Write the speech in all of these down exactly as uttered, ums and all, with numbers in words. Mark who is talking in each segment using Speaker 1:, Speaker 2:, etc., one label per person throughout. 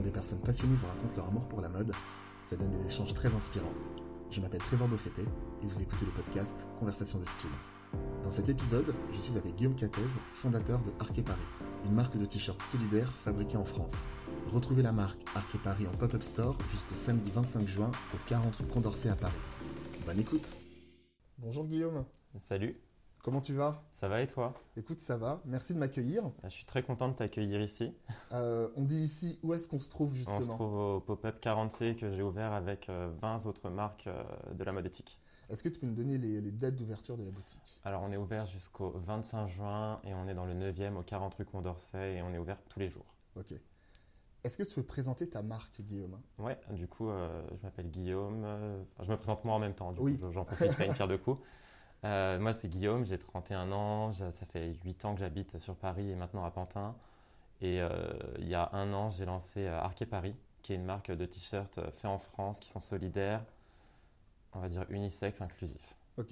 Speaker 1: des personnes passionnées vous racontent leur amour pour la mode, ça donne des échanges très inspirants. Je m'appelle Trésor Beaufetté et vous écoutez le podcast Conversation de style. Dans cet épisode, je suis avec Guillaume Catez, fondateur de Arc et Paris, une marque de t-shirts solidaires fabriquée en France. Retrouvez la marque Arc et Paris en pop-up store jusqu'au samedi vingt-cinq juin au quarante rue Condorcet à Paris. Bonne écoute. Bonjour Guillaume.
Speaker 2: Salut.
Speaker 1: Comment tu vas ?
Speaker 2: Ça va et toi ?
Speaker 1: Écoute, ça va. Merci de m'accueillir.
Speaker 2: Je suis très content de t'accueillir ici.
Speaker 1: Euh, on dit ici, où est-ce qu'on se trouve justement ?
Speaker 2: On se trouve au pop-up quarante C que j'ai ouvert avec vingt autres marques de la mode éthique.
Speaker 1: Est-ce que tu peux me donner les, les dates d'ouverture de la boutique ?
Speaker 2: Alors on est ouvert jusqu'au vingt-cinq juin et on est dans le neuvième au quarante rue Condorcet et on est ouvert tous les jours.
Speaker 1: Ok. Est-ce que tu peux présenter ta marque, Guillaume ?
Speaker 2: Ouais, du coup, euh, je m'appelle Guillaume. Euh, je me présente moi en même temps, du
Speaker 1: oui.
Speaker 2: coup, j'en profite, je fais une pierre deux coups. Euh, moi, c'est Guillaume, j'ai trente et un ans, ça fait huit ans que j'habite sur Paris et maintenant à Pantin. Et euh, il y a un an, j'ai lancé Arc et Paris, qui est une marque de t-shirts faits en France, qui sont solidaires, on va dire unisex, inclusifs.
Speaker 1: Ok.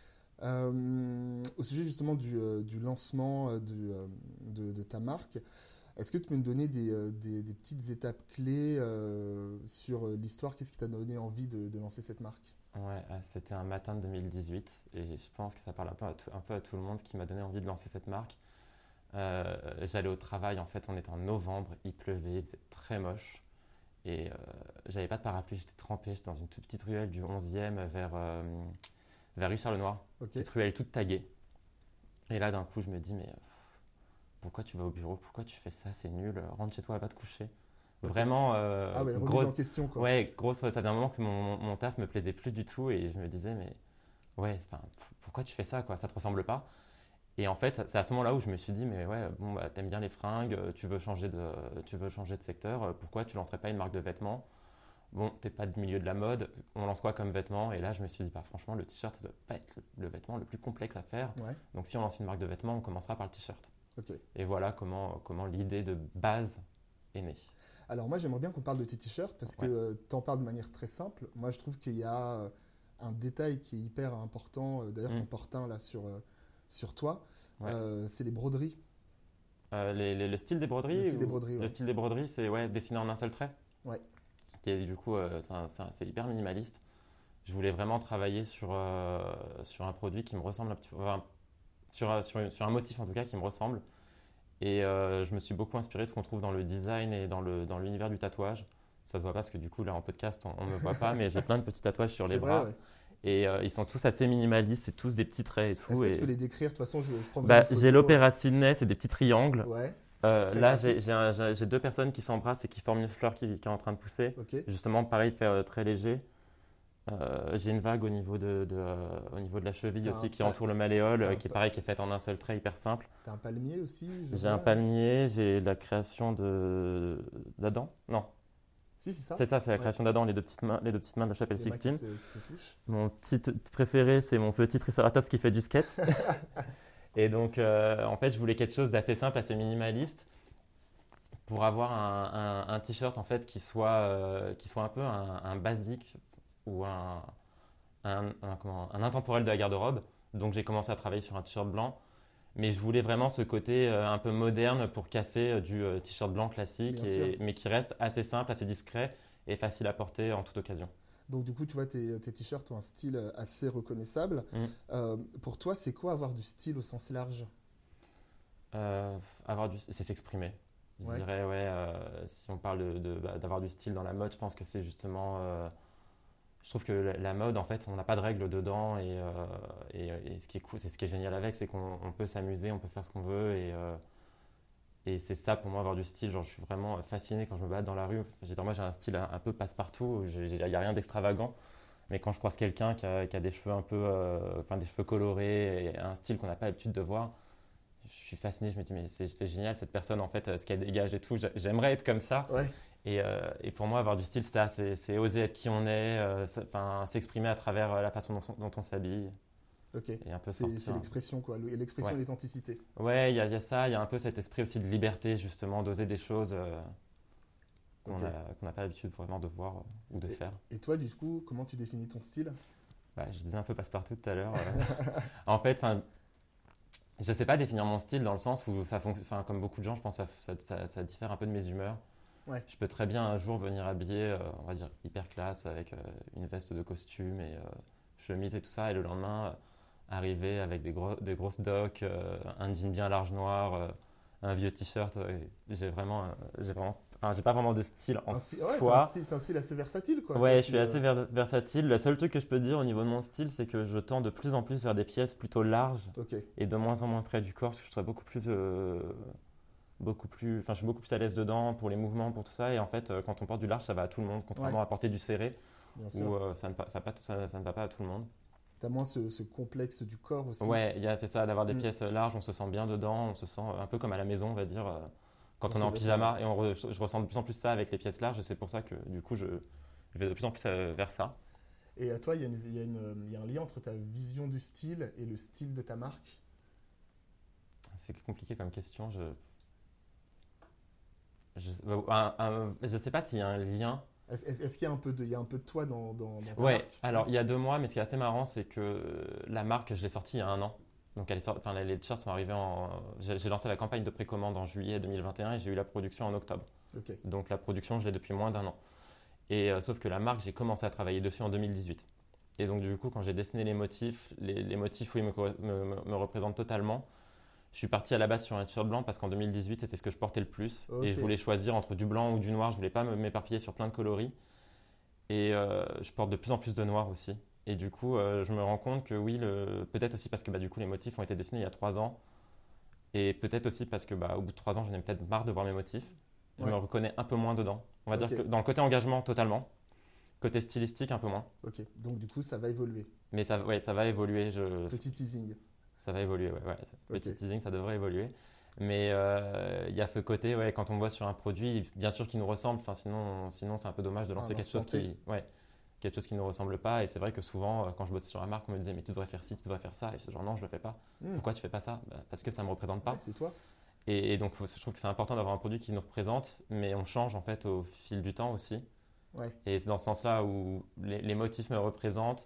Speaker 1: Euh, au sujet justement du, euh, du lancement euh, du, euh, de, de ta marque, est-ce que tu peux me donner des, euh, des, des petites étapes clés euh, sur l'histoire ? Qu'est-ce qui t'a donné envie de, de lancer cette marque ?
Speaker 2: Ouais, c'était un matin de deux mille dix-huit et je pense que ça parle un peu à tout, un peu à tout le monde, ce qui m'a donné envie de lancer cette marque. Euh, j'allais au travail, en fait, on était en novembre, il pleuvait, il faisait très moche et euh, j'avais pas de parapluie, j'étais trempé, j'étais dans une toute petite ruelle du onzième vers, euh, vers Richard-Lenoir,
Speaker 1: okay.
Speaker 2: Petite ruelle toute taguée. Et là, d'un coup, je me dis, mais pff, pourquoi tu vas au bureau ? Pourquoi tu fais ça ? C'est nul, rentre chez toi, va te coucher. Okay. Vraiment, euh,
Speaker 1: ah ouais, remise
Speaker 2: grosse,
Speaker 1: en question quoi.
Speaker 2: Ouais, grosse, ça faisait un moment que mon, mon, mon taf me plaisait plus du tout et je me disais, mais ouais, pourquoi tu fais ça quoi ? Ça te ressemble pas ? Et en fait, c'est à ce moment-là où je me suis dit, mais ouais, bon, bah, t'aimes bien les fringues, tu veux changer de, tu veux changer de secteur, pourquoi tu lancerais pas une marque de vêtements ? Bon, t'es pas du milieu de la mode, on lance quoi comme vêtements ? Et là, je me suis dit, bah, franchement, le t-shirt, ça doit pas être le, le vêtement le plus complexe à faire.
Speaker 1: Ouais.
Speaker 2: Donc, si on lance une marque de vêtements, on commencera par le t-shirt.
Speaker 1: Okay.
Speaker 2: Et voilà comment, comment l'idée de base est née.
Speaker 1: Alors moi, j'aimerais bien qu'on parle de tes t-shirts parce ouais. que euh, tu en parles de manière très simple. Moi, je trouve qu'il y a euh, un détail qui est hyper important. Euh, d'ailleurs, mmh. ton portin là sur, euh, sur toi, ouais. euh, c'est les broderies.
Speaker 2: Euh, les, les, le style des broderies
Speaker 1: Le style
Speaker 2: ou...
Speaker 1: des broderies, ouais.
Speaker 2: Le style des broderies, c'est ouais, dessiné en un seul trait.
Speaker 1: Ouais.
Speaker 2: Qui est, du coup, euh, c'est, un, c'est, un, c'est hyper minimaliste. Je voulais vraiment travailler sur, euh, sur un produit qui me ressemble un petit peu, enfin, sur, sur, sur un motif en tout cas qui me ressemble. Et euh, je me suis beaucoup inspiré de ce qu'on trouve dans le design et dans, le, dans l'univers du tatouage. Ça se voit pas parce que du coup là en podcast on ne me voit pas, mais j'ai plein de petits tatouages sur
Speaker 1: c'est
Speaker 2: les
Speaker 1: vrai,
Speaker 2: bras.
Speaker 1: Ouais.
Speaker 2: Et euh, ils sont tous assez minimalistes, c'est tous des petits traits et tout.
Speaker 1: Est-ce que
Speaker 2: et...
Speaker 1: tu peux les décrire ? De toute façon, je, je prendrai
Speaker 2: bah,
Speaker 1: des photos.
Speaker 2: J'ai l'opéra de Sydney, c'est des petits triangles.
Speaker 1: Ouais.
Speaker 2: Euh, là, j'ai, j'ai, un, j'ai, j'ai deux personnes qui s'embrassent et qui forment une fleur qui, qui est en train de pousser.
Speaker 1: Okay.
Speaker 2: Justement, pareil, fait, euh, très léger. Euh, j'ai une vague au niveau de, de, euh, au niveau de la cheville T'as aussi qui pa- entoure le malléole, euh, qui est pareil, qui est faite en un seul trait, hyper simple.
Speaker 1: T'as un palmier aussi ?
Speaker 2: J'ai un palmier, j'ai la création de, d'Adam. Non.
Speaker 1: Si, c'est ça.
Speaker 2: C'est ça, c'est la
Speaker 1: ouais.
Speaker 2: création d'Adam, les deux petites mains, les deux petites mains de la chapelle
Speaker 1: les
Speaker 2: Sixtine.
Speaker 1: Qui se, qui se touchent.
Speaker 2: Mon petit préféré, c'est mon petit Triceratops qui fait du skate. Et donc, euh, en fait, je voulais quelque chose d'assez simple, assez minimaliste, pour avoir un, un, un t-shirt en fait qui soit, euh, qui soit un peu un, un basique ou un, un, un, comment, un intemporel de la garde-robe. Donc, j'ai commencé à travailler sur un t-shirt blanc. Mais je voulais vraiment ce côté euh, un peu moderne pour casser euh, du euh, t-shirt blanc classique, et, mais qui reste assez simple, assez discret et facile à porter en toute occasion.
Speaker 1: Donc du coup, tu vois, tes, tes t-shirts ont un style assez reconnaissable. Mmh. Euh, pour toi, c'est quoi avoir du style au sens large ?
Speaker 2: euh, avoir du, C'est s'exprimer. Je
Speaker 1: ouais.
Speaker 2: dirais, ouais, euh, si on parle de, de, bah, d'avoir du style dans la mode, je pense que c'est justement... Euh, je trouve que la, la mode, en fait, on n'a pas de règles dedans et, euh, et, et ce qui est cool, c'est ce qui est génial avec, c'est qu'on on peut s'amuser, on peut faire ce qu'on veut et, euh, et c'est ça pour moi avoir du style. Genre, je suis vraiment fasciné quand je me balade dans la rue. J'ai, moi, j'ai un style un, un peu passe-partout, il n'y a rien d'extravagant, mais quand je croise quelqu'un qui a, qui a des cheveux un peu, euh, enfin des cheveux colorés et un style qu'on n'a pas l'habitude de voir, je suis fasciné. Je me dis mais c'est, c'est génial cette personne en fait, ce qu'elle dégage et tout. J'aimerais être comme ça.
Speaker 1: Ouais.
Speaker 2: Et, euh, et pour moi, avoir du style, c'est ça, c'est, c'est oser être qui on est, euh, s'exprimer à travers la façon dont, dont on s'habille.
Speaker 1: Ok,
Speaker 2: et un peu
Speaker 1: c'est,
Speaker 2: sortir,
Speaker 1: c'est l'expression quoi, l'expression
Speaker 2: ouais.
Speaker 1: de l'authenticité.
Speaker 2: Ouais, il y, y a ça, il y a un peu cet esprit aussi de liberté justement, d'oser des choses euh, qu'on
Speaker 1: okay.
Speaker 2: n'a pas l'habitude vraiment de voir euh, ou de
Speaker 1: et,
Speaker 2: faire.
Speaker 1: Et toi, du coup, comment tu définis ton style ?
Speaker 2: Bah, je disais un peu passe-partout tout à l'heure. Euh. En fait, je ne sais pas définir mon style dans le sens où ça fonctionne, comme beaucoup de gens, je pense que ça, ça, ça, ça diffère un peu de mes humeurs.
Speaker 1: Ouais.
Speaker 2: Je peux très bien un jour venir habillé, euh, on va dire, hyper classe, avec euh, une veste de costume et euh, chemise et tout ça, et le lendemain, euh, arriver avec des, gros, des grosses docks, euh, un jean bien large noir, euh, un vieux t-shirt. euh, j'ai vraiment, euh, j'ai vraiment, enfin, j'ai pas vraiment de style en
Speaker 1: Un style- ouais, c'est un
Speaker 2: soi.
Speaker 1: style, c'est un style assez versatile, quoi.
Speaker 2: Ouais,
Speaker 1: Toi,
Speaker 2: je
Speaker 1: tu,
Speaker 2: suis
Speaker 1: euh,
Speaker 2: assez vers- versatile. Le seul truc que je peux dire au niveau de mon style, c'est que je tends de plus en plus vers des pièces plutôt larges
Speaker 1: Ok.
Speaker 2: et de moins en moins près du corps, parce que je serais beaucoup plus, euh, beaucoup plus, enfin, je suis beaucoup plus à l'aise dedans pour les mouvements, pour tout ça. Et en fait, euh, quand on porte du large, ça va à tout le monde, contrairement
Speaker 1: Ouais,
Speaker 2: à porter du serré,
Speaker 1: bien
Speaker 2: où
Speaker 1: sûr.
Speaker 2: euh, ça ne, pa- ça, pas- ça- ça ne va pas à tout le monde.
Speaker 1: T'as moins ce, ce complexe du corps aussi.
Speaker 2: Ouais, il y a, c'est ça, d'avoir des
Speaker 1: Mm.
Speaker 2: pièces larges, on se sent bien dedans, on se sent un peu comme à la maison, on va dire, euh, quand
Speaker 1: Dans
Speaker 2: on est
Speaker 1: ces
Speaker 2: en
Speaker 1: vêtements-là.
Speaker 2: pyjama. Et on re- je ressens de plus en plus ça avec les pièces larges, et c'est pour ça que du coup, je, je vais de plus en plus euh, vers ça.
Speaker 1: Et à toi, il y, a une- il y a une- il y a un lien entre ta vision du style et le style de ta marque.
Speaker 2: C'est compliqué comme question. Je, je, un- un- je sais pas s'il y a un lien.
Speaker 1: Est-ce, est-ce- est-ce qu'il y a un peu de, il y a un peu de toi dans, dans- dans ta
Speaker 2: Ouais,
Speaker 1: marque?
Speaker 2: alors il y a deux mois, mais ce qui est assez marrant, c'est que la marque, je l'ai sortie il y a un an. Donc elle est sorti- enfin, les t-shirts sont arrivés en. J'ai j'ai lancé la campagne de précommande en juillet deux mille vingt et un et j'ai eu la production en octobre.
Speaker 1: Ok.
Speaker 2: Donc la production, je l'ai depuis moins d'un an. Et euh, sauf que la marque, j'ai commencé à travailler dessus en deux mille dix-huit. Et donc du coup, quand j'ai dessiné les motifs, les, les motifs, oui, me, corre- me, me- me représentent totalement. Je suis parti à la base sur un t-shirt blanc parce qu'en deux mille dix-huit, c'était ce que je portais le plus. Et je
Speaker 1: Ok.
Speaker 2: voulais choisir entre du blanc ou du noir. Je voulais pas me- m'éparpiller sur plein de coloris. Et euh, je porte de plus en plus de noir aussi. Et du coup, euh, je me rends compte que oui, le... peut-être aussi parce que bah, du coup, les motifs ont été dessinés il y a trois ans. Et peut-être aussi parce que bah, au bout de trois ans, j'en ai peut-être marre de voir mes motifs. Je
Speaker 1: Ouais.
Speaker 2: me reconnais un peu moins dedans. On va
Speaker 1: Ok.
Speaker 2: dire que dans le côté engagement, totalement. Côté stylistique, un peu moins.
Speaker 1: Ok. Donc du coup, ça va évoluer.
Speaker 2: Mais ça, ouais, ça va évoluer. Je...
Speaker 1: Petit teasing.
Speaker 2: Ça va évoluer, ouais. ouais. Petit
Speaker 1: Ok.
Speaker 2: teasing, ça devrait évoluer. Mais euh, il y a ce côté, ouais, quand on bosse sur un produit, bien sûr qui nous ressemble. Enfin, sinon, sinon c'est un peu dommage de lancer
Speaker 1: Un
Speaker 2: quelque chose
Speaker 1: instant T.
Speaker 2: qui, ouais, quelque chose qui ne nous ressemble pas. Et c'est vrai que souvent, euh, quand je bossais sur la marque, on me disait, mais tu devrais faire ci, tu devrais faire ça. Et je disais, genre, non, je le fais pas.
Speaker 1: Hmm.
Speaker 2: Pourquoi tu fais pas ça? Bah, parce que ça me représente pas.
Speaker 1: Ouais, c'est toi.
Speaker 2: Et, et donc, faut- je trouve que c'est important d'avoir un produit qui nous représente, mais on change en fait au fil du temps aussi.
Speaker 1: Ouais.
Speaker 2: Et c'est dans ce sens-là où les, les motifs me représentent.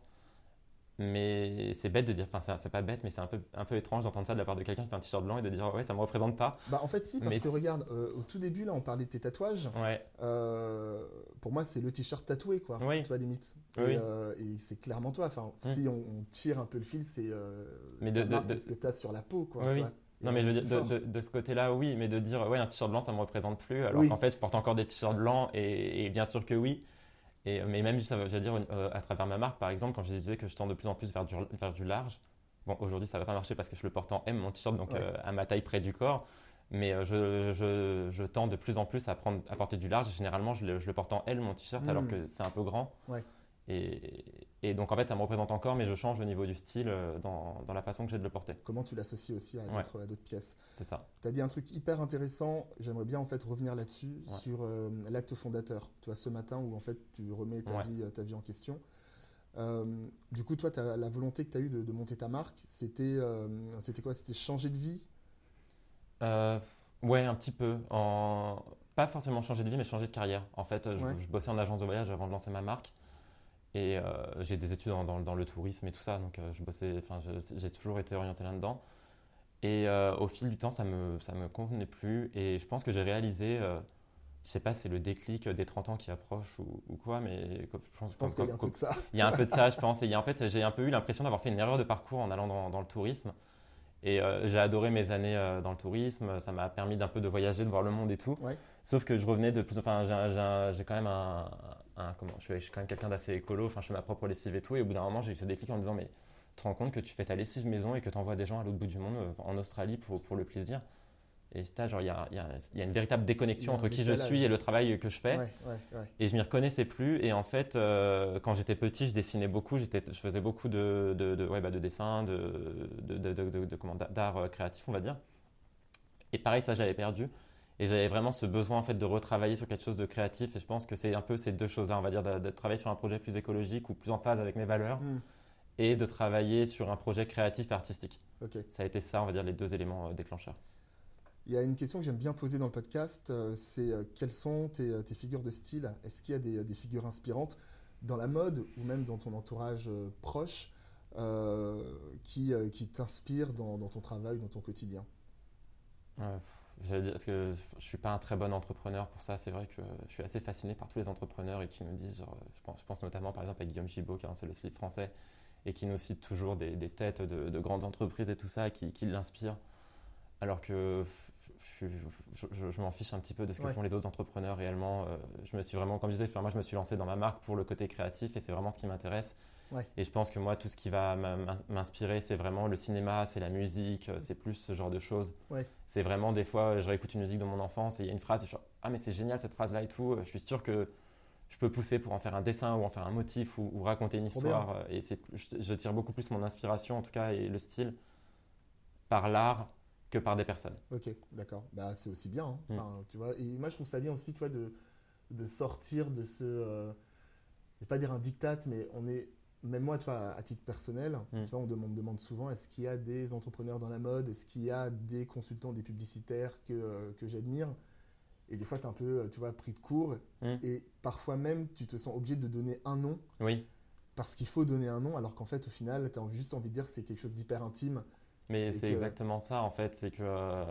Speaker 2: Mais c'est bête de dire, enfin, c'est- c'est pas bête, mais c'est un peu, un peu étrange d'entendre ça de la part de quelqu'un qui fait un t-shirt blanc et de dire, ouais, ça me représente pas.
Speaker 1: Bah en fait si, parce
Speaker 2: Mais
Speaker 1: que
Speaker 2: c'est-
Speaker 1: regarde, euh, au tout début là, on parlait de tes tatouages.
Speaker 2: Ouais,
Speaker 1: Euh, pour moi, c'est le t-shirt tatoué, quoi.
Speaker 2: Oui.
Speaker 1: Tu vois, limite.
Speaker 2: Oui,
Speaker 1: Et,
Speaker 2: oui.
Speaker 1: euh, et c'est clairement toi. Enfin,
Speaker 2: Mm.
Speaker 1: si on, on tire un peu le fil, c'est euh,
Speaker 2: Mais
Speaker 1: ta
Speaker 2: de- de-
Speaker 1: marque,
Speaker 2: de-
Speaker 1: c'est ce que tu as sur la peau, quoi.
Speaker 2: Oui,
Speaker 1: tu
Speaker 2: oui.
Speaker 1: vois. Et
Speaker 2: non, mais je veux
Speaker 1: un
Speaker 2: dire,
Speaker 1: peu
Speaker 2: de,
Speaker 1: fort.
Speaker 2: de- de ce côté-là, oui, mais de dire, ouais, un t-shirt blanc, ça me représente plus, alors
Speaker 1: Oui.
Speaker 2: qu'en fait, je porte encore des t-shirts blancs, et, et bien sûr que oui. Et, mais même, ça veut je veux dire, euh, à travers ma marque, par exemple, quand je disais que je tends de plus en plus vers du, vers du large, bon, aujourd'hui, ça va pas marcher parce que je le porte en M, mon t-shirt, donc
Speaker 1: Ouais.
Speaker 2: euh, à ma taille près du corps, mais euh, je, je, je tends de plus en plus à, prendre, à porter du large, et généralement, je le, je le porte en L, mon t-shirt,
Speaker 1: Mm.
Speaker 2: alors que c'est un peu grand.
Speaker 1: Ouais.
Speaker 2: Et, et donc, en fait, ça me représente encore, mais je change au niveau du style euh, dans, dans la façon que j'ai de le porter.
Speaker 1: Comment tu l'associes aussi à
Speaker 2: Ouais.
Speaker 1: d'autres à d'autres pièces.
Speaker 2: C'est ça.
Speaker 1: Tu as dit un truc hyper intéressant. J'aimerais bien en fait revenir là-dessus,
Speaker 2: Ouais.
Speaker 1: sur euh, l'acte fondateur. Tu vois, ce matin où en fait tu remets ta,
Speaker 2: Ouais.
Speaker 1: vie, ta vie en question. Euh, du coup, toi, t'as- la volonté que tu as eue de, de monter ta marque, c'était euh, c'était quoi? C'était changer de vie?
Speaker 2: Euh, ouais, un petit peu. En... Pas forcément changer de vie, mais changer de carrière. En fait, je,
Speaker 1: Ouais.
Speaker 2: je bossais en agence de voyage avant de lancer ma marque. Et euh, j'ai des études dans, dans- dans le tourisme et tout ça. Donc, euh, je bossais, enfin, je- j'ai toujours été orienté là-dedans. Et euh, au fil du temps, ça me, ça me convenait plus. Et je pense que j'ai réalisé, euh, je sais pas, si c'est le déclic des trente ans qui approche ou, ou quoi, mais que- je pense,
Speaker 1: Je pense
Speaker 2: que-
Speaker 1: qu'il y a un
Speaker 2: que-
Speaker 1: peu de ça.
Speaker 2: il y a un peu de ça, je pense. Et il y a, en fait, j'ai un peu eu l'impression d'avoir fait une erreur de parcours en allant dans, dans le tourisme. Et euh, j'ai adoré mes années euh, dans le tourisme. Ça m'a permis d'un peu de voyager, de voir le monde et tout.
Speaker 1: Ouais.
Speaker 2: Sauf que je revenais de plus. Enfin, j'ai, un- j'ai un- j'ai quand même un. un- comment, je, suis, je suis quand même quelqu'un d'assez écolo. Enfin, je fais ma propre lessive et tout. Et au bout d'un moment, j'ai eu ce déclic en me disant, mais tu te rends compte que tu fais ta lessive maison et que tu envoies des gens à l'autre bout du monde, euh, en Australie, pour, pour le plaisir. Et c'est là, genre, il y a, il y a- il y a une véritable
Speaker 1: Il y
Speaker 2: déconnexion
Speaker 1: a un
Speaker 2: entre qui je
Speaker 1: décalage.
Speaker 2: suis et le travail que je fais.
Speaker 1: Ouais, ouais, ouais.
Speaker 2: Et je m'y reconnaissais plus. Et en fait, euh, quand j'étais petit, je dessinais beaucoup. J'étais, je faisais beaucoup de, de, de, ouais, bah, de dessin, de, de, de, de, de- de- comment, d'art euh, créatif, on va dire. Et pareil, ça, j'avais perdu. Et j'avais vraiment ce besoin en fait, de retravailler sur quelque chose de créatif. Et je pense que c'est un peu ces deux choses-là, on va dire, de, de travailler sur un projet plus écologique ou plus en phase avec mes valeurs.
Speaker 1: Hmm.
Speaker 2: Et de travailler sur un projet créatif et artistique.
Speaker 1: Ok.
Speaker 2: Ça a été ça, on va dire, les deux éléments euh, déclencheurs.
Speaker 1: Il y a une question que j'aime bien poser dans le podcast, euh, c'est euh, quelles sont tes, euh, tes figures de style? Est-ce qu'il y a des, des figures inspirantes dans la mode ou même dans ton entourage euh, proche euh, qui, euh, qui t'inspirent dans, dans ton travail, dans ton quotidien?
Speaker 2: Euh, j'allais dire, parce que je suis pas un très bon entrepreneur pour ça. C'est vrai que je suis assez fasciné par tous les entrepreneurs et qui nous disent, genre, je pense, je pense notamment par exemple à Guillaume Gibault qui a lancé le slip français et qui nous cite toujours des, des têtes de, de grandes entreprises et tout ça qui, qui l'inspirent. Alors que je, je, je, je m'en fiche un petit peu de ce que
Speaker 1: Ouais.
Speaker 2: font les autres entrepreneurs réellement. Euh, je me suis vraiment, comme je disais, moi je me suis lancé dans ma marque pour le côté créatif et c'est vraiment ce qui m'intéresse.
Speaker 1: Ouais.
Speaker 2: Et je pense que moi, tout ce qui va m'inspirer, c'est vraiment le cinéma, c'est la musique, c'est plus ce genre de choses.
Speaker 1: Ouais.
Speaker 2: C'est vraiment des fois, je réécoute une musique de mon enfance et il y a une phrase, et je suis ah mais c'est génial cette phrase-là et tout. Je suis sûr que je peux pousser pour en faire un dessin ou en faire un motif ou, ou raconter une
Speaker 1: C'est trop
Speaker 2: histoire.
Speaker 1: bien.
Speaker 2: Et c'est, je, je tire beaucoup plus mon inspiration en tout cas et le style par l'art que par des personnes.
Speaker 1: Ok, d'accord. Bah, c'est aussi bien. Hein.
Speaker 2: Mm.
Speaker 1: Enfin, tu vois. Et moi, je trouve ça bien aussi, tu vois, de, de sortir de ce. Euh, je vais pas dire un diktat, mais on est. Même moi, tu vois, à titre personnel,
Speaker 2: Mm.
Speaker 1: tu vois, on me demande, demande souvent est-ce qu'il y a des entrepreneurs dans la mode, est-ce qu'il y a des consultants, des publicitaires que, euh, que j'admire. Et des fois, tu es un peu, tu vois, pris de court.
Speaker 2: Mm.
Speaker 1: Et parfois même, tu te sens obligé de donner un nom.
Speaker 2: Oui.
Speaker 1: Parce qu'il faut donner un nom, alors qu'en fait, au final, tu as juste envie de dire que c'est quelque chose d'hyper intime.
Speaker 2: Mais c'est
Speaker 1: que...
Speaker 2: exactement ça en fait, c'est que euh,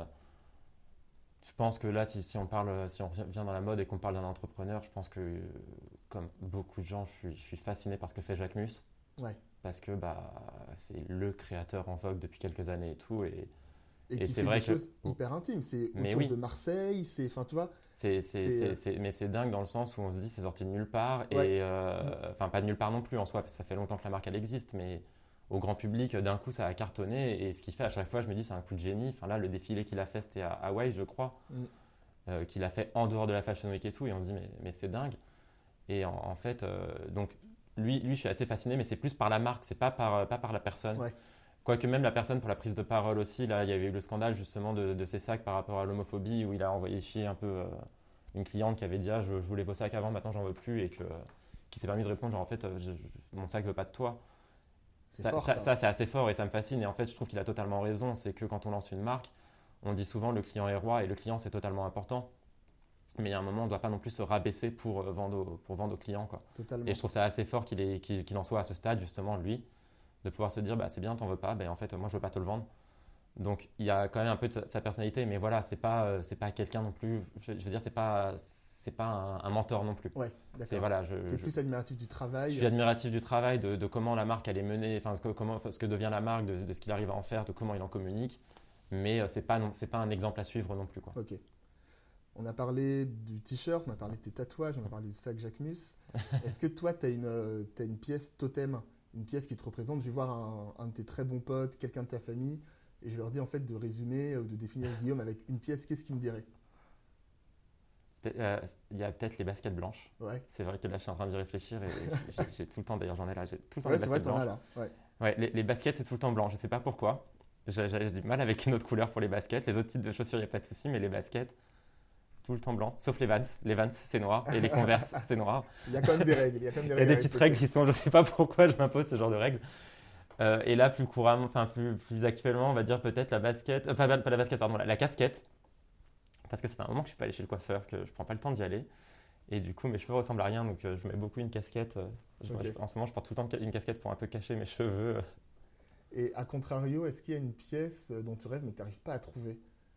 Speaker 2: je pense que là, si, si on parle, si on vient dans la mode et qu'on parle d'un entrepreneur, je pense que euh, comme beaucoup de gens, je suis, je suis fasciné par ce que fait Jacques Mus.
Speaker 1: Ouais.
Speaker 2: Parce que bah, c'est le créateur en vogue depuis quelques années et tout. Et,
Speaker 1: et,
Speaker 2: et
Speaker 1: qui
Speaker 2: c'est
Speaker 1: fait
Speaker 2: vrai
Speaker 1: des
Speaker 2: que,
Speaker 1: choses hyper intimes. C'est
Speaker 2: mais
Speaker 1: autour
Speaker 2: oui.
Speaker 1: de Marseille, c'est, enfin, tu vois.
Speaker 2: C'est, c'est,
Speaker 1: c'est...
Speaker 2: c'est, c'est, mais c'est dingue dans le sens où on se dit c'est sorti de nulle part.
Speaker 1: Ouais.
Speaker 2: Et euh, enfin, pas de nulle part non plus en soi, parce que ça fait longtemps que la marque elle existe, mais au grand public, d'un coup, ça a cartonné. Et ce qu'il fait à chaque fois, je me dis, c'est un coup de génie. Enfin, là, le défilé qu'il a fait, c'était à Hawaï, je crois,
Speaker 1: Mm.
Speaker 2: euh, qu'il a fait en dehors de la Fashion Week et tout. Et on se dit, mais, mais c'est dingue. Et en, en fait, euh, donc, lui, lui, je suis assez fasciné, mais c'est plus par la marque, c'est pas par, pas par la personne.
Speaker 1: Ouais.
Speaker 2: Quoique même la personne pour la prise de parole aussi, là, il y avait eu le scandale justement de, de ses sacs par rapport à l'homophobie, où il a envoyé chier un peu euh, une cliente qui avait dit, ah, je, je voulais vos sacs avant, maintenant j'en veux plus, et que, euh, qui s'est permis de répondre, genre en fait, euh, je, je, mon sac veut pas de toi.
Speaker 1: C'est
Speaker 2: Ça,
Speaker 1: fort,
Speaker 2: ça,
Speaker 1: ça.
Speaker 2: ça, c'est assez fort et ça me fascine. Et en fait, je trouve qu'il a totalement raison. C'est que quand on lance une marque, on dit souvent le client est roi et le client c'est totalement important. Mais il y a un moment, on ne doit pas non plus se rabaisser pour vendre aux, pour vendre aux clients, quoi.
Speaker 1: Totalement.
Speaker 2: Et je trouve ça assez fort qu'il, est, qu'il, qu'il en soit à ce stade, justement, lui, de pouvoir se dire bah, c'est bien, t'en veux pas, ben, en fait, moi je veux pas te le vendre. Donc il y a quand même un peu de sa, sa personnalité, mais voilà, c'est pas, c'est pas quelqu'un non plus. Je, je veux dire, c'est pas. C'est pas un, un mentor non plus.
Speaker 1: Ouais, d'accord.
Speaker 2: C'est, voilà, je,
Speaker 1: T'es
Speaker 2: je,
Speaker 1: plus admiratif du travail.
Speaker 2: Je suis admiratif du travail, de, de comment la marque elle est menée, enfin comment, ce que devient la marque, de, de ce qu'il arrive à en faire, de comment il en communique. Mais euh, c'est pas non, c'est pas un exemple à suivre non plus, quoi.
Speaker 1: Ok. On a parlé du t-shirt, on a parlé de tes tatouages, on a parlé du sac Jacques Mus. Est-ce que toi, tu as une, euh, t'as une pièce totem, une pièce qui te représente? Je vais voir un, un de tes très bons potes, quelqu'un de ta famille, et je leur dis en fait de résumer ou de définir Guillaume avec une pièce. Qu'est-ce qu'il me dirait?
Speaker 2: Il euh, y a peut-être les baskets blanches.
Speaker 1: Ouais.
Speaker 2: C'est vrai que là, je suis en train d'y réfléchir et j'ai, j'ai tout le temps, d'ailleurs, j'en ai là, j'ai tout le temps
Speaker 1: Ouais,
Speaker 2: des
Speaker 1: c'est vrai,
Speaker 2: baskets
Speaker 1: t'en as
Speaker 2: blanches.
Speaker 1: là. Ouais.
Speaker 2: Ouais, les, les baskets, c'est tout le temps blanc. Je sais pas pourquoi. J'ai, j'ai, j'ai du mal avec une autre couleur pour les baskets. Les autres types de chaussures, il n'y a pas de souci, mais les baskets, tout le temps blanc. Sauf les Vans. Les Vans, c'est noir. Et les Converse, c'est noir.
Speaker 1: Il y a quand même des règles. Il y a quand même des
Speaker 2: Il y a
Speaker 1: règles.
Speaker 2: des petites règles qui sont, je sais pas pourquoi je m'impose ce genre de règles. Euh, et là, plus couramment, enfin plus, plus actuellement, on va dire peut-être la basket, euh, pas, pas la basket, pardon, la, la casquette. Parce que ça fait un moment que je suis pas allé chez le coiffeur, que je prends pas le temps d'y aller. Et du coup, mes cheveux ressemblent à rien, donc euh, je mets beaucoup une casquette. Euh, je,
Speaker 1: Ok.
Speaker 2: je, en ce moment, je porte tout le temps une casquette pour un peu cacher mes cheveux. euh.
Speaker 1: Et à contrario, est-ce qu'il y a une pièce dont tu rêves mais que tu n'arrives pas à trouver?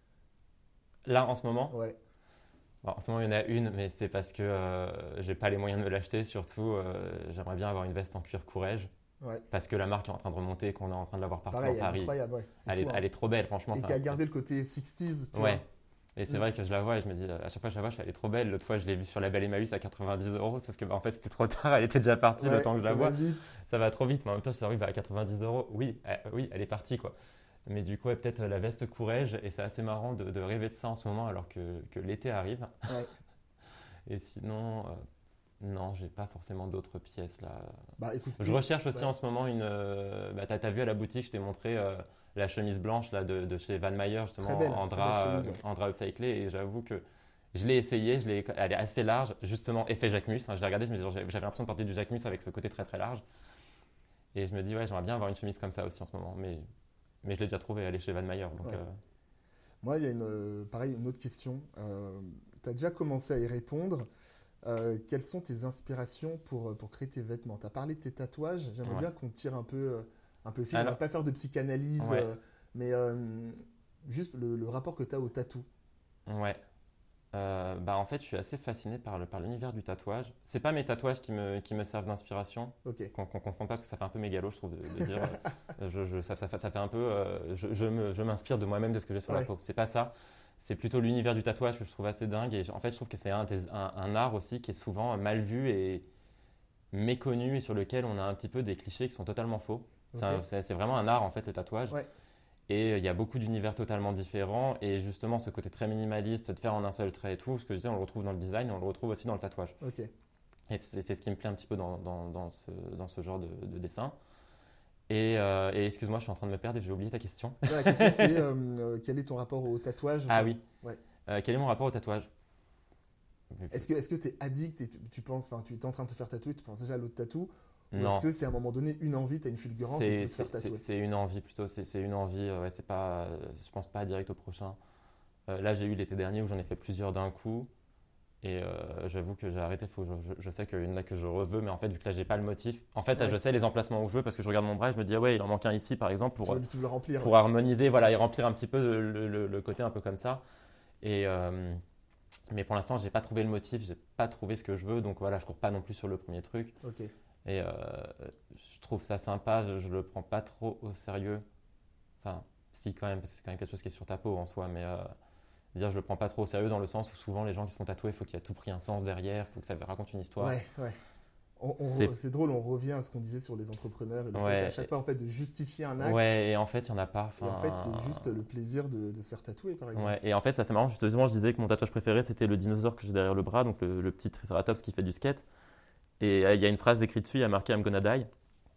Speaker 2: Là, en ce moment,
Speaker 1: Ouais.
Speaker 2: bon, en ce moment, il y en a une, mais c'est parce que euh, j'ai pas les moyens de me l'acheter. Surtout, euh, j'aimerais bien avoir une veste en cuir Courrèges.
Speaker 1: Ouais.
Speaker 2: Parce que la marque est en train de remonter, qu'on est en train de l'avoir partout
Speaker 1: Pareil,
Speaker 2: dans
Speaker 1: elle est
Speaker 2: Paris.
Speaker 1: incroyable. Ouais. C'est
Speaker 2: Elle,
Speaker 1: fou,
Speaker 2: est,
Speaker 1: hein.
Speaker 2: elle est trop belle, franchement.
Speaker 1: Et
Speaker 2: c'est
Speaker 1: qui a
Speaker 2: un-
Speaker 1: gardé le côté soixante, tu
Speaker 2: Ouais.
Speaker 1: vois.
Speaker 2: Et c'est
Speaker 1: Mm.
Speaker 2: vrai que je la vois et je me dis, à chaque fois je la vois, je fais, elle est trop belle. L'autre fois, je l'ai vue sur la Belle Emmaüs à quatre-vingt-dix euros, sauf que bah, en fait, c'était trop tard, elle était déjà partie
Speaker 1: Ouais,
Speaker 2: le temps que je la
Speaker 1: ça
Speaker 2: vois.
Speaker 1: va vite.
Speaker 2: Ça va trop vite, mais en même temps, ça arrive à quatre-vingt-dix euros. Oui, euh, oui, elle est partie, quoi. Mais du coup, ouais, peut-être euh, la veste Courrèges, et c'est assez marrant de, de rêver de ça en ce moment alors que, que l'été arrive.
Speaker 1: Ouais.
Speaker 2: Et sinon, euh, non, j'ai pas forcément d'autres pièces là.
Speaker 1: Bah écoute.
Speaker 2: Je recherche aussi
Speaker 1: ouais.
Speaker 2: en ce moment une. euh, bah, t'as, t'as vu à la boutique, je t'ai montré euh, la chemise blanche là, de, de chez Van Meyer, justement,
Speaker 1: Très belle,
Speaker 2: en,
Speaker 1: très
Speaker 2: drap,
Speaker 1: belle chemise,
Speaker 2: euh,
Speaker 1: ouais.
Speaker 2: en drap upcyclé. Et j'avoue que je l'ai essayé, je l'ai, elle est assez large, justement, effet Jacques Mus. Hein, je l'ai regardé, je me dis, genre, j'avais j'avais l'impression de porter du Jacques Mus avec ce côté très très large. Et je me dis, ouais, j'aimerais bien avoir une chemise comme ça aussi en ce moment. Mais, mais je l'ai déjà trouvée, elle est chez Van Meyer. Donc,
Speaker 1: Ouais.
Speaker 2: euh,
Speaker 1: Moi, il y a une, euh, pareil, une autre question. Euh, tu as déjà commencé à y répondre. Euh, quelles sont tes inspirations pour, pour créer tes vêtements? Tu as parlé de tes tatouages. J'aimerais
Speaker 2: Ouais.
Speaker 1: bien qu'on tire un peu, euh, un peu fil. On
Speaker 2: Alors-
Speaker 1: va pas faire de psychanalyse,
Speaker 2: Ouais.
Speaker 1: euh, mais euh, juste le, le rapport que tu as au tatou.
Speaker 2: Ouais. Euh, bah en fait, je suis assez fasciné par le, par l'univers du tatouage. C'est pas mes tatouages qui me, qui me servent d'inspiration.
Speaker 1: Ok.
Speaker 2: Qu'on qu'on confond pas parce que ça fait un peu mégalo, je trouve, de, de dire. euh, je, je- ça, ça fait ça fait un peu. euh, je je me- je m'inspire de moi-même, de ce que j'ai sur la
Speaker 1: Ouais.
Speaker 2: peau. C'est pas ça. C'est plutôt l'univers du tatouage que je trouve assez dingue. Et en fait, je trouve que c'est un, des- un, un art aussi qui est souvent mal vu et méconnu et sur lequel on a un petit peu des clichés qui sont totalement faux. C'est
Speaker 1: Ok.
Speaker 2: un- c'est- c'est vraiment un art en fait, le tatouage.
Speaker 1: Ouais.
Speaker 2: Et euh, il y a beaucoup d'univers totalement différents. Et justement, ce côté très minimaliste, de faire en un seul trait et tout, ce que je disais, on le retrouve dans le design et on le retrouve aussi dans le tatouage.
Speaker 1: Ok.
Speaker 2: Et c'est c'est ce qui me plaît un petit peu dans, dans, dans ce, dans ce genre de, de dessin. Et, euh, et excuse-moi, je suis en train de me perdre et j'ai oublié ta question.
Speaker 1: Ouais, la question c'est euh, euh, quel est ton rapport au tatouage?
Speaker 2: Ah
Speaker 1: Enfin,
Speaker 2: oui.
Speaker 1: ouais.
Speaker 2: Euh, quel est mon rapport au tatouage?
Speaker 1: Est-ce que est-ce que t'es addict et tu, tu penses, enfin, tu es en train de te faire tatouer, tu penses déjà à l'autre tatou, ou est-ce
Speaker 2: Non,
Speaker 1: que c'est à un moment donné une envie, t'as une fulgurance et tu
Speaker 2: c'est
Speaker 1: veux te faire
Speaker 2: c'est- c'est-
Speaker 1: tatouer?
Speaker 2: c'est une envie plutôt. C'est c'est une envie. euh, Ouais, c'est pas, euh, je pense pas direct au prochain. Euh, là, j'ai eu l'été dernier où j'en ai fait plusieurs d'un coup. Et euh, j'avoue que j'ai arrêté. Faut que je, je- je sais qu'il y en a que je veux, mais en fait, vu que là, j'ai pas le motif. En fait, là,
Speaker 1: Ouais.
Speaker 2: je sais les emplacements où je veux parce que je regarde mon bras et je me dis, ah ouais, il en manque un ici, par exemple,
Speaker 1: Tu
Speaker 2: pour,
Speaker 1: veux, tu veux le remplir,
Speaker 2: pour
Speaker 1: ouais.
Speaker 2: harmoniser, voilà, et remplir un petit peu le, le- le côté un peu comme ça. Et, euh, mais pour l'instant, j'ai pas trouvé le motif, j'ai pas trouvé ce que je veux, donc voilà, je cours pas non plus sur le premier truc.
Speaker 1: Ok.
Speaker 2: Et euh, je trouve ça sympa, je, je le prends pas trop au sérieux. Enfin, si quand même, parce que c'est quand même quelque chose qui est sur ta peau en soi, mais euh, dire je le prends pas trop au sérieux dans le sens où souvent les gens qui se font tatouer, il faut qu'il y ait tout pris un sens derrière, il faut que ça raconte une histoire.
Speaker 1: Ouais, ouais. On- on re-
Speaker 2: C'est
Speaker 1: c'est drôle, on revient à ce qu'on disait sur les entrepreneurs et le fait à
Speaker 2: ouais,
Speaker 1: chaque fois en fait de justifier un acte.
Speaker 2: ouais, et en fait, il y en a pas.
Speaker 1: Et en fait, c'est
Speaker 2: Enfin,
Speaker 1: juste le plaisir de, de se faire tatouer, par exemple.
Speaker 2: ouais, et en fait, ça c'est marrant. Justement, je disais que mon tatouage préféré c'était le dinosaure que j'ai derrière le bras, donc le, le petit Triceratops qui fait du skate. Et euh, il y a une phrase écrite dessus, il y a marqué I'm gonna die.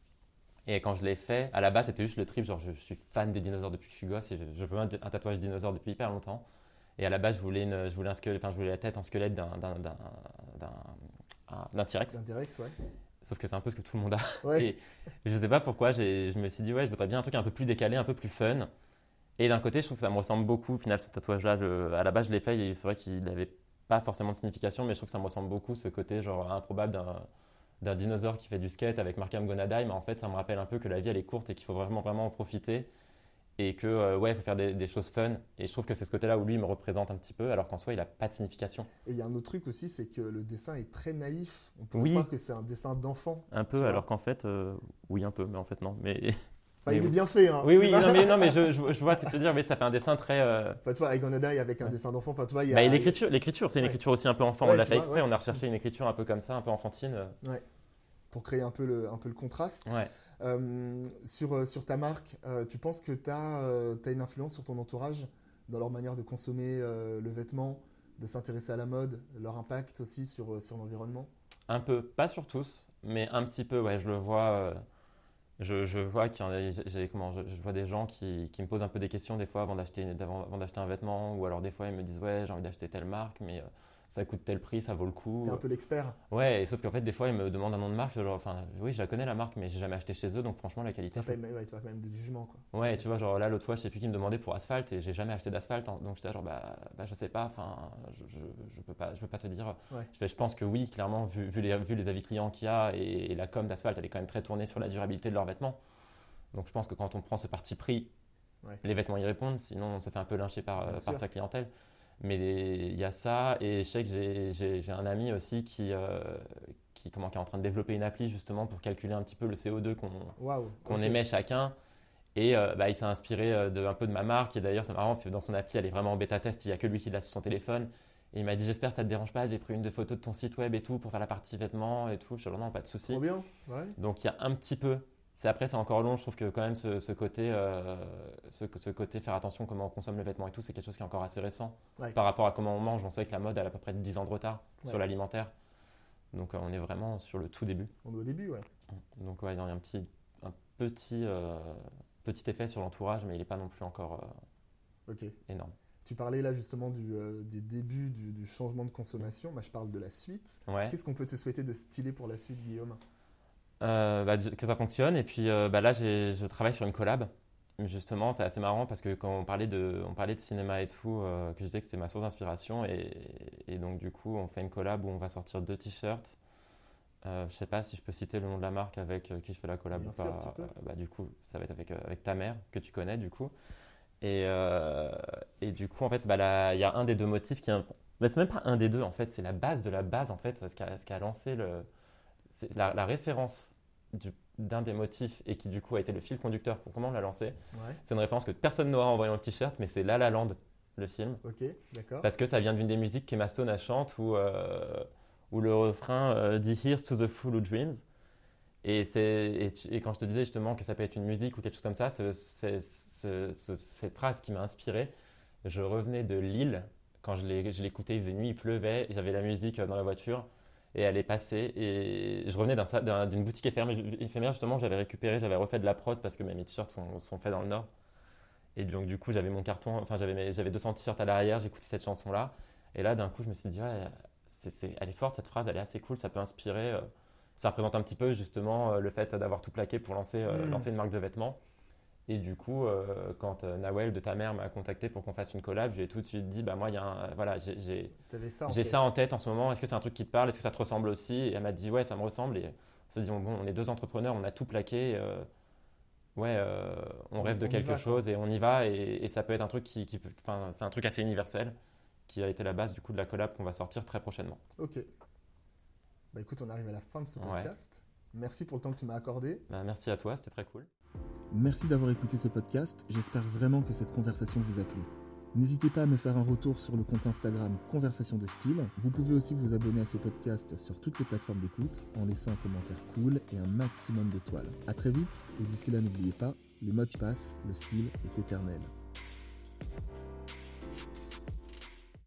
Speaker 2: Et quand je l'ai fait, à la base, c'était juste le trip. Genre, je, je suis fan des dinosaures depuis que je suis gosse et je, je veux un, un tatouage dinosaure depuis hyper longtemps. Et à la base, je voulais, une, je voulais, un squelette, enfin, je voulais la tête en squelette d'un, d'un, d'un, d'un, un- d'un T-Rex.
Speaker 1: D'Interex, ouais.
Speaker 2: Sauf que c'est un peu ce que tout le monde a.
Speaker 1: Ouais.
Speaker 2: Et je sais pas pourquoi, j'ai, je me suis dit, ouais, je voudrais bien un truc un peu plus décalé, un peu plus fun. Et d'un côté, je trouve que ça me ressemble beaucoup. Au final, ce tatouage-là, je- à la base, je l'ai fait et c'est vrai qu'il n'avait pas forcément de signification, mais je trouve que ça me ressemble beaucoup, ce côté genre improbable d'un, d'un dinosaure qui fait du skate avec marqué I'm gonna die. Mais en fait, ça me rappelle un peu que la vie, elle est courte et qu'il faut vraiment, vraiment en profiter. Et que, euh, ouais, il faut faire des, des choses fun. Et je trouve que c'est ce côté-là où lui il me représente un petit peu, alors qu'en soi, il n'a pas de signification.
Speaker 1: Et il y a un autre truc aussi, c'est que le dessin est très naïf. On pourrait
Speaker 2: Oui,
Speaker 1: croire que c'est un dessin d'enfant.
Speaker 2: un
Speaker 1: Tu
Speaker 2: peu,
Speaker 1: vois.
Speaker 2: alors qu'en fait, euh, oui, un peu, mais en fait, non. Mais,
Speaker 1: Enfin,
Speaker 2: mais
Speaker 1: il est
Speaker 2: oui.
Speaker 1: bien fait, hein.
Speaker 2: Oui,
Speaker 1: C'est
Speaker 2: oui,
Speaker 1: pas-
Speaker 2: non, mais, non, mais je, je- je vois ce que tu veux dire, mais ça fait un dessin très. euh,
Speaker 1: Enfin, tu vois, avec Gonna Die avec un
Speaker 2: Ouais.
Speaker 1: dessin d'enfant, enfin, tu vois, il y
Speaker 2: Bah,
Speaker 1: a.
Speaker 2: et l'écriture, l'écriture, c'est une
Speaker 1: Ouais.
Speaker 2: écriture aussi un peu enfant.
Speaker 1: Ouais,
Speaker 2: On l'a
Speaker 1: tu
Speaker 2: fait
Speaker 1: vois,
Speaker 2: exprès,
Speaker 1: ouais.
Speaker 2: on a recherché une écriture un peu comme ça, un peu enfantine. euh,
Speaker 1: Ouais. Pour créer un peu le, un peu le contraste.
Speaker 2: Ouais.
Speaker 1: Euh, sur, euh, sur ta marque, euh, tu penses que tu as une influence sur ton entourage dans leur manière de consommer euh, le vêtement, de s'intéresser à la mode, leur impact aussi sur, euh, sur l'environnement?
Speaker 2: Un peu, pas sur tous, mais un petit peu, ouais, je le vois. euh, je, je vois qu'il y en a, j'ai, comment, je, je vois des gens qui, qui me posent un peu des questions des fois avant d'acheter, d'avant- avant d'acheter un vêtement, ou alors des fois ils me disent, ouais, j'ai envie d'acheter telle marque, mais euh, ça coûte tel prix, ça vaut le coup.
Speaker 1: Tu es un peu l'expert.
Speaker 2: Ouais, et sauf qu'en fait, des fois, ils me demandent un nom de marque, genre, enfin, oui, je la connais la marque, mais j'ai jamais acheté chez eux, donc franchement, la qualité.
Speaker 1: Ça
Speaker 2: je-
Speaker 1: paye, mais ouais, tu as quand même du jugement, quoi.
Speaker 2: Ouais, tu vois, genre là, l'autre fois, je sais plus qui me demandait pour asphalte, et j'ai jamais acheté d'asphalte, hein, donc j'étais là, genre, bah, bah, je sais pas, enfin, je, je, je peux pas, je peux pas te dire.
Speaker 1: Ouais.
Speaker 2: Je, fais- je pense que oui, clairement, vu, vu les, vu les avis clients qu'il y a, et, et la com d'asphalte, elle est quand même très tournée sur la durabilité de leurs vêtements. Donc je pense que quand on prend ce parti pris,
Speaker 1: Ouais.
Speaker 2: les vêtements y répondent, sinon on se fait un peu lyncher par,
Speaker 1: Bien
Speaker 2: euh, par
Speaker 1: sûr.
Speaker 2: sa clientèle. Mais il y a ça, et je sais que j'ai- j'ai j'ai un ami aussi qui, euh, qui, comment, qui est en train de développer une appli justement pour calculer un petit peu le C O deux qu'on
Speaker 1: Waouh.
Speaker 2: qu'on
Speaker 1: ok.
Speaker 2: émet chacun. Et euh, bah, il s'est inspiré euh, de, un peu de ma marque. Et d'ailleurs, c'est marrant parce que dans son appli, elle est vraiment en bêta test. Il n'y a que lui qui l'a sur son téléphone. Et il m'a dit, j'espère que ça ne te dérange pas. J'ai pris une de photos de ton site web et tout pour faire la partie vêtements et tout. Je suis là, non, pas de souci.
Speaker 1: Trop bien. Ouais.
Speaker 2: Donc il y a un petit peu. C'est après, c'est encore long. Je trouve que quand même ce, ce côté, euh, ce, ce côté faire attention comment on consomme le vêtement et tout, c'est quelque chose qui est encore assez récent.
Speaker 1: Ouais.
Speaker 2: Par rapport à comment on mange, on sait que la mode elle a à peu près dix ans de retard
Speaker 1: Ouais.
Speaker 2: sur l'alimentaire. Donc euh, on est vraiment sur le tout début.
Speaker 1: On est au début, ouais.
Speaker 2: Donc ouais, il y a un petit, un petit, euh, petit effet sur l'entourage, mais il n'est pas non plus encore euh,
Speaker 1: Ok.
Speaker 2: énorme.
Speaker 1: Tu parlais là justement du, euh, des débuts du, du changement de consommation. Moi, je parle de la suite.
Speaker 2: Ouais.
Speaker 1: Qu'est-ce qu'on peut te souhaiter de stylé pour la suite, Guillaume?
Speaker 2: Euh, bah, que ça fonctionne. Et puis euh, bah, là, j'ai- je travaille sur une collab. Justement, c'est assez marrant parce que quand on parlait de, on parlait de cinéma et tout, euh, que je disais que c'était ma source d'inspiration. Et, et donc, du coup, on fait une collab où on va sortir deux t-shirts. Euh, je sais pas si je peux citer le nom de la marque avec euh, qui je fais la collab
Speaker 1: Bien
Speaker 2: ou
Speaker 1: sûr,
Speaker 2: pas.
Speaker 1: tu peux.
Speaker 2: Euh, bah, du coup, ça va être avec, euh, avec ta mère, que tu connais, du coup. Et, euh, et du coup, en fait, bah, là, il y a un des deux motifs qui est un- bah, c'est même pas un des deux, en fait, c'est la base de la base, en fait, ce qui a, ce qui a lancé le, c'est la, la référence du- d'un des motifs et qui, du coup, a été le fil conducteur pour comment on l'a lancé.
Speaker 1: Ouais.
Speaker 2: C'est une référence que personne n'aura en voyant le t-shirt, mais c'est La La Land, le film.
Speaker 1: Ok, d'accord.
Speaker 2: Parce que ça vient d'une des musiques qu'Emma Stone elle chante où, euh, où le refrain euh, dit Here's to the fool who dreams. Et, c'est, et, tu- et quand je te disais justement que ça peut être une musique ou quelque chose comme ça, ce- c'est- ce- ce- cette phrase qui m'a inspiré, je revenais de Lille quand je l'ai- je l'écoutais, il faisait nuit, il pleuvait, et j'avais la musique euh, dans la voiture et elle est passée. Et je revenais d'un sa- d'un- d'une boutique éphémère, éphémère justement que j'avais récupéré, j'avais refait de la prod parce que mes, mes t-shirts sont, sont faits dans le Nord. Et donc du coup j'avais mon carton, enfin j'avais, mes- j'avais deux cents t-shirts à l'arrière, j'écoutais cette chanson-là. Et là d'un coup je me suis dit, ouais, c'est, c'est- elle est forte cette phrase, elle est assez cool, ça peut inspirer. euh, ça représente un petit peu justement euh, le fait d'avoir tout plaqué pour lancer, euh,
Speaker 1: Hmm.
Speaker 2: lancer une marque de vêtements. Et du coup, euh, quand euh, Nawel de ta mère m'a contacté pour qu'on fasse une collab, je lui ai tout de suite dit, bah moi, il y a un- voilà, j'ai, j'ai,
Speaker 1: T'avais ça en
Speaker 2: j'ai
Speaker 1: tête.
Speaker 2: ça en tête en ce moment. Est-ce que c'est un truc qui te parle? Est-ce que ça te ressemble aussi? Et elle m'a dit, ouais, ça me ressemble. Et on s'est dit, bon, on est deux entrepreneurs, on a tout plaqué. euh, ouais, euh, on
Speaker 1: On-
Speaker 2: rêve de
Speaker 1: on y
Speaker 2: quelque
Speaker 1: va, quoi.
Speaker 2: chose et on y va. Et, et ça peut être un truc qui, qui peut, enfin, c'est un truc assez universel qui a été la base du coup de la collab qu'on va sortir très prochainement.
Speaker 1: Ok. Bah écoute, on arrive à la fin de ce
Speaker 2: Ouais.
Speaker 1: podcast. Merci pour le temps que tu m'as accordé.
Speaker 2: Bah, merci à toi, c'était très cool.
Speaker 1: Merci d'avoir écouté ce podcast. J'espère vraiment que cette conversation vous a plu. N'hésitez pas à me faire un retour sur le compte Instagram Conversation de Style. Vous pouvez aussi vous abonner à ce podcast sur toutes les plateformes d'écoute en laissant un commentaire cool et un maximum d'étoiles. À très vite et d'ici là n'oubliez pas, les modes passent, le style est éternel.